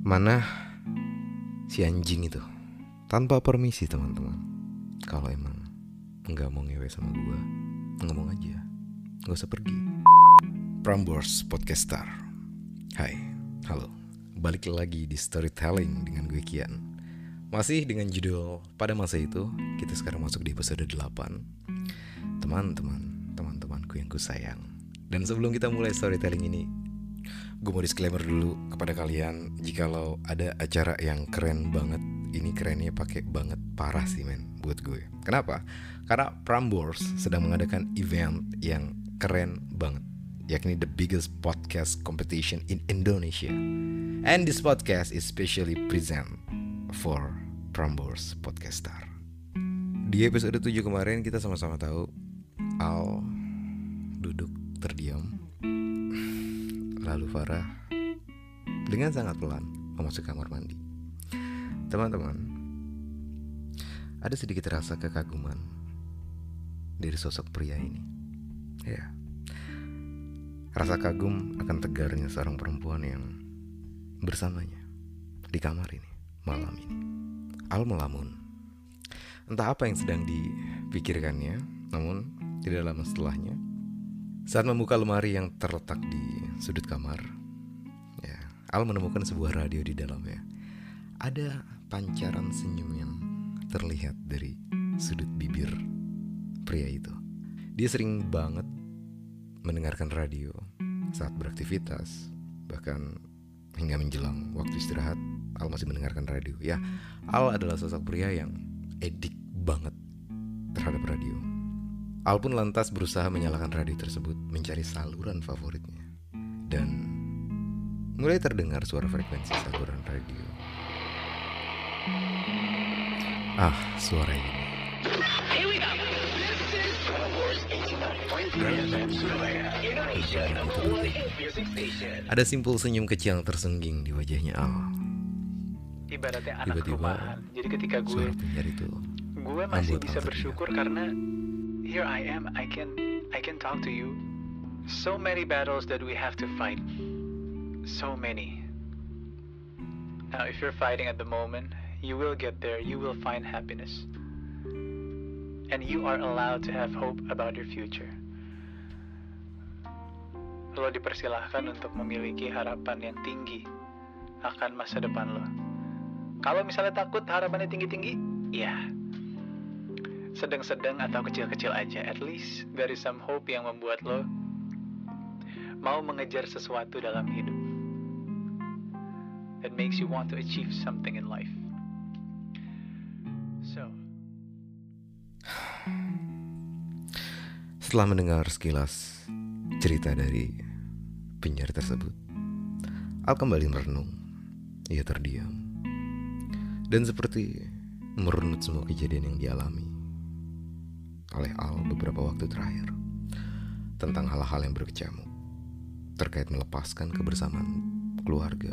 Mana si anjing itu? Tanpa permisi teman-teman. Kalau emang nggak mau ngewe sama gua, ngomong aja, nggak usah pergi. Prambors Podcaster. Hai, halo. Balik lagi di Storytelling dengan gue Kian. Masih dengan judul Pada Masa Itu. Kita sekarang masuk di episode 8. Temantemanku yang kusayang. Dan sebelum kita mulai storytelling ini, gue mau disclaimer dulu kepada kalian. Jikalau ada acara yang keren banget, ini kerennya pakai banget, parah sih men buat gue. Kenapa? Karena Prambors sedang mengadakan event yang keren banget, yakni the biggest podcast competition in Indonesia. And this podcast is specially present for Prambors Podcaster. Di episode 7 kemarin kita sama-sama tahu Al duduk terdiam, lalu Farah dengan sangat pelan memasuki kamar mandi. Teman-teman, ada sedikit rasa kekaguman dari sosok pria ini. Ya, rasa kagum akan tegarnya seorang perempuan yang bersamanya di kamar ini malam ini. Al melamun. Entah apa yang sedang dipikirkannya, namun tidak lama setelahnya, saat membuka lemari yang terletak di sudut kamar, ya, Al menemukan sebuah radio di dalamnya. Ada pancaran senyum yang terlihat dari sudut bibir pria itu. Dia sering banget mendengarkan radio saat beraktivitas, bahkan hingga menjelang waktu istirahat, Al masih mendengarkan radio. Ya, Al adalah sosok pria yang edik banget terhadap radio. Al pun lantas berusaha menyalakan radio tersebut, mencari saluran favoritnya, dan mulai terdengar suara frekuensi saluran radio. Suara ini. Ada simpul senyum kecil yang tersengging di wajahnya Al. Ibaratnya anak Tiba-tiba, rumahan. Jadi ketika suara penyiar itu gue masih membuat bisa Al bersyukur karena here I am, I can talk to you. So many battles that we have to fight. So many. Now if you're fighting at the moment, you will get there, you will find happiness. And you are allowed to have hope about your future. Lo dipersilahkan untuk memiliki harapan yang tinggi akan masa depan lo. Kalau misalnya takut harapannya tinggi-tinggi, ya sedang-sedang atau kecil-kecil aja. At least there is some hope yang membuat lo mau mengejar sesuatu dalam hidup. That makes you want to achieve something in life. So, setelah mendengar sekilas cerita dari penyiar tersebut, Al kembali merenung. Ia terdiam dan seperti merunut semua kejadian yang dialami oleh Al beberapa waktu terakhir, tentang hal-hal yang berkecamuk terkait melepaskan kebersamaan keluarga,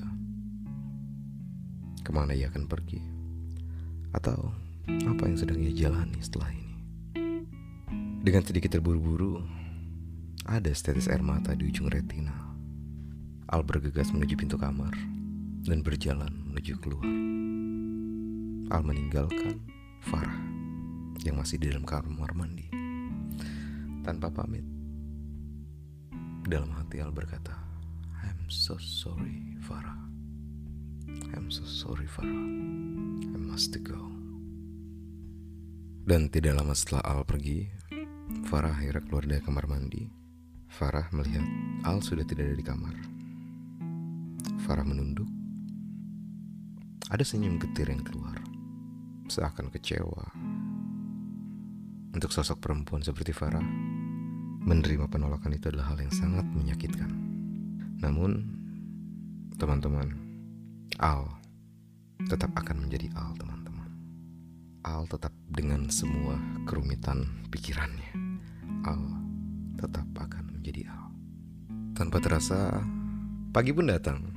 kemana ia akan pergi, atau apa yang sedang ia jalani setelah ini. Dengan sedikit terburu-buru, ada setetes air mata di ujung retina. Al bergegas menuju pintu kamar dan berjalan menuju keluar. Al meninggalkan Farah yang masih di dalam kamar mandi. Tanpa pamit, dalam hati Al berkata, I'm so sorry Farah. I'm so sorry Farah. I must go. Dan tidak lama setelah Al pergi, Farah akhirnya keluar dari kamar mandi. Farah melihat Al sudah tidak ada di kamar. Farah menunduk. Ada senyum getir yang keluar, seakan kecewa. Untuk sosok perempuan seperti Farah, menerima penolakan itu adalah hal yang sangat menyakitkan. Namun, teman-teman, Al tetap akan menjadi Al, teman-teman. Al tetap dengan semua kerumitan pikirannya. Al tetap akan menjadi Al. Tanpa terasa, pagi pun datang.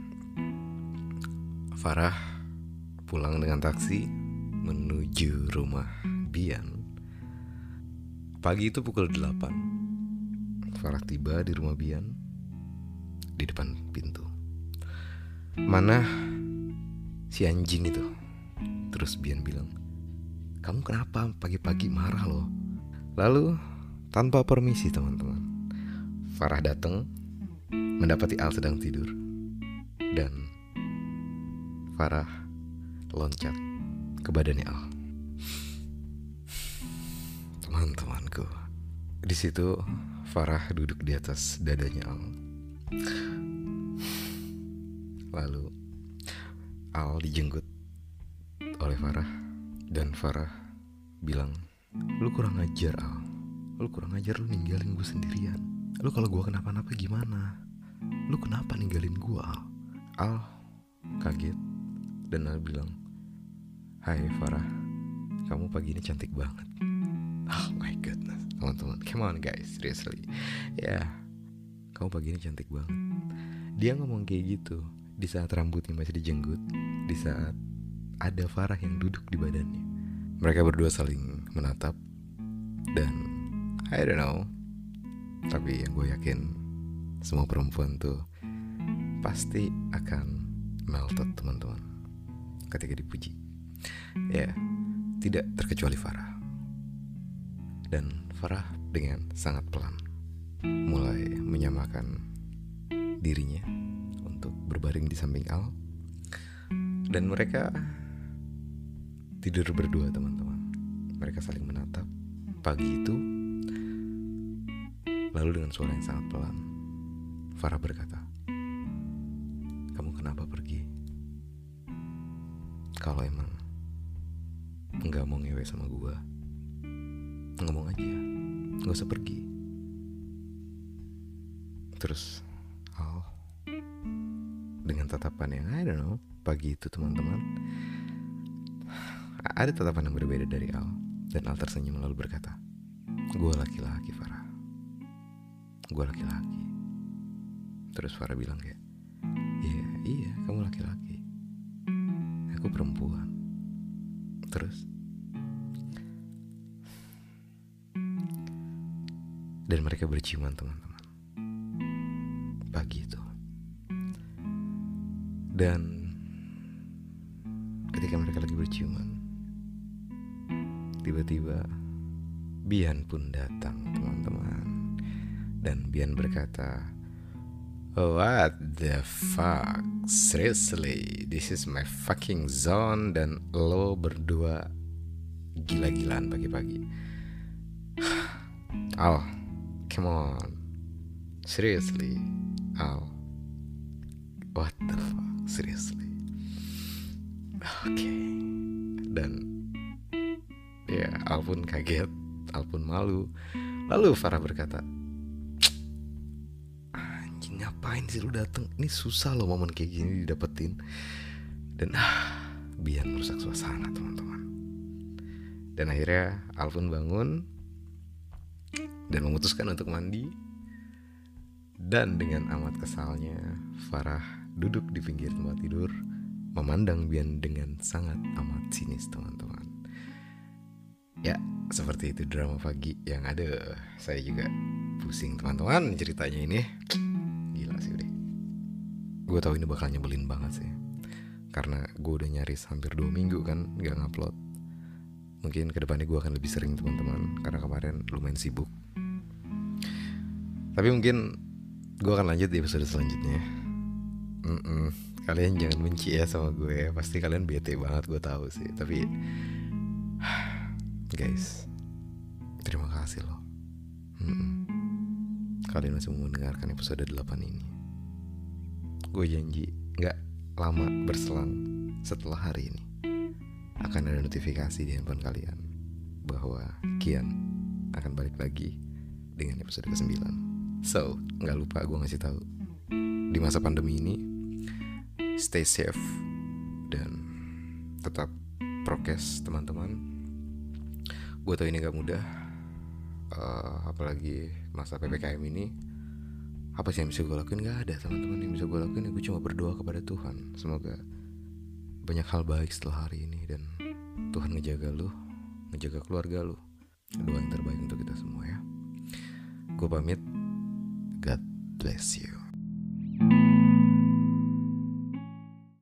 Farah pulang dengan taksi menuju rumah Bian. Pagi itu pukul 8. Farah tiba di rumah Bian, di depan pintu. Mana si anjing itu. Terus Bian bilang, kamu kenapa pagi-pagi marah loh? Lalu tanpa permisi teman-teman, Farah datang mendapati Al sedang tidur. Dan Farah loncat ke badannya Al. Teman-temanku, di situ Farah duduk di atas dadanya Al. Lalu Al dijenggut oleh Farah. Dan Farah bilang, lu kurang ajar Al. Lu kurang ajar, lu ninggalin gue sendirian. Lu kalau gue kenapa-napa gimana? Lu kenapa ninggalin gue Al? Al kaget dan Al bilang, hai Farah, kamu pagi ini cantik banget. Oh my goodness, teman-teman, come on guys, seriously. Ya, kamu pagi ini cantik banget. Dia ngomong kayak gitu di saat rambutnya masih dijenggut, di saat ada Farah yang duduk di badannya. Mereka berdua saling menatap. Dan I don't know, tapi yang gue yakin semua perempuan tuh pasti akan melted teman-teman ketika dipuji. Ya, tidak terkecuali Farah. Dan Farah dengan sangat pelan mulai menyamakan dirinya untuk berbaring di samping Al. Dan mereka tidur berdua teman-teman. Mereka saling menatap pagi itu. Lalu dengan suara yang sangat pelan, Farah berkata, kamu kenapa pergi? Kalau emang nggak mau ngewe sama gua, ngomong aja, nggak usah pergi. Terus Al dengan tatapan yang I don't know, pagi itu teman-teman, ada tatapan yang berbeda dari Al. Dan Al tersenyum lalu berkata, gua laki-laki Farah, gua laki-laki. Terus Farah bilang kayak, iya kamu laki-laki, aku perempuan. Terus dan mereka berciuman teman-teman pagi itu. Dan ketika mereka lagi berciuman, tiba-tiba Bian pun datang teman-teman. Dan Bian berkata, what the fuck, seriously, this is my fucking zone. Dan lo berdua gila-gilaan pagi-pagi. Al, come on, seriously Al, what the fuck, seriously. Oke. Dan ya, Al pun kaget, Al pun malu. Lalu Farah berkata, anjing ngapain sih lu dateng? Ini susah loh momen kayak gini didapetin. Dan Bian merusak suasana teman-teman. Dan akhirnya Al pun bangun dan memutuskan untuk mandi. Dan dengan amat kesalnya Farah duduk di pinggir tempat tidur, memandang Bian dengan sangat amat sinis teman-teman. Ya, seperti itu drama pagi yang ada. Saya juga pusing teman-teman ceritanya ini. Gila sih udah. Gue tahu ini bakal nyebelin banget sih, karena gue udah nyaris hampir 2 minggu kan gak ngupload. Mungkin kedepannya gue akan lebih sering teman-teman, karena kemarin lumayan sibuk. Tapi mungkin gue akan lanjut di episode selanjutnya. Kalian jangan benci ya sama gue. Pasti kalian bete banget, gue tahu sih. Tapi guys, terima kasih loh. Kalian masih mau mendengarkan episode 8 ini. Gue janji gak lama berselang setelah hari ini akan ada notifikasi di handphone kalian bahwa Kian akan balik lagi dengan episode ke-9. So, gak lupa gue ngasih tahu, di masa pandemi ini stay safe dan tetap prokes teman-teman. Gue tahu ini gak mudah, apalagi masa PPKM ini. Apa sih yang bisa gue lakuin? Gak ada teman-teman yang bisa gue lakuin. Gue cuma berdoa kepada Tuhan, semoga banyak hal baik setelah hari ini, dan Tuhan ngejaga lu, ngejaga keluarga lu. Doa yang terbaik untuk kita semua ya. Gue pamit. God bless you.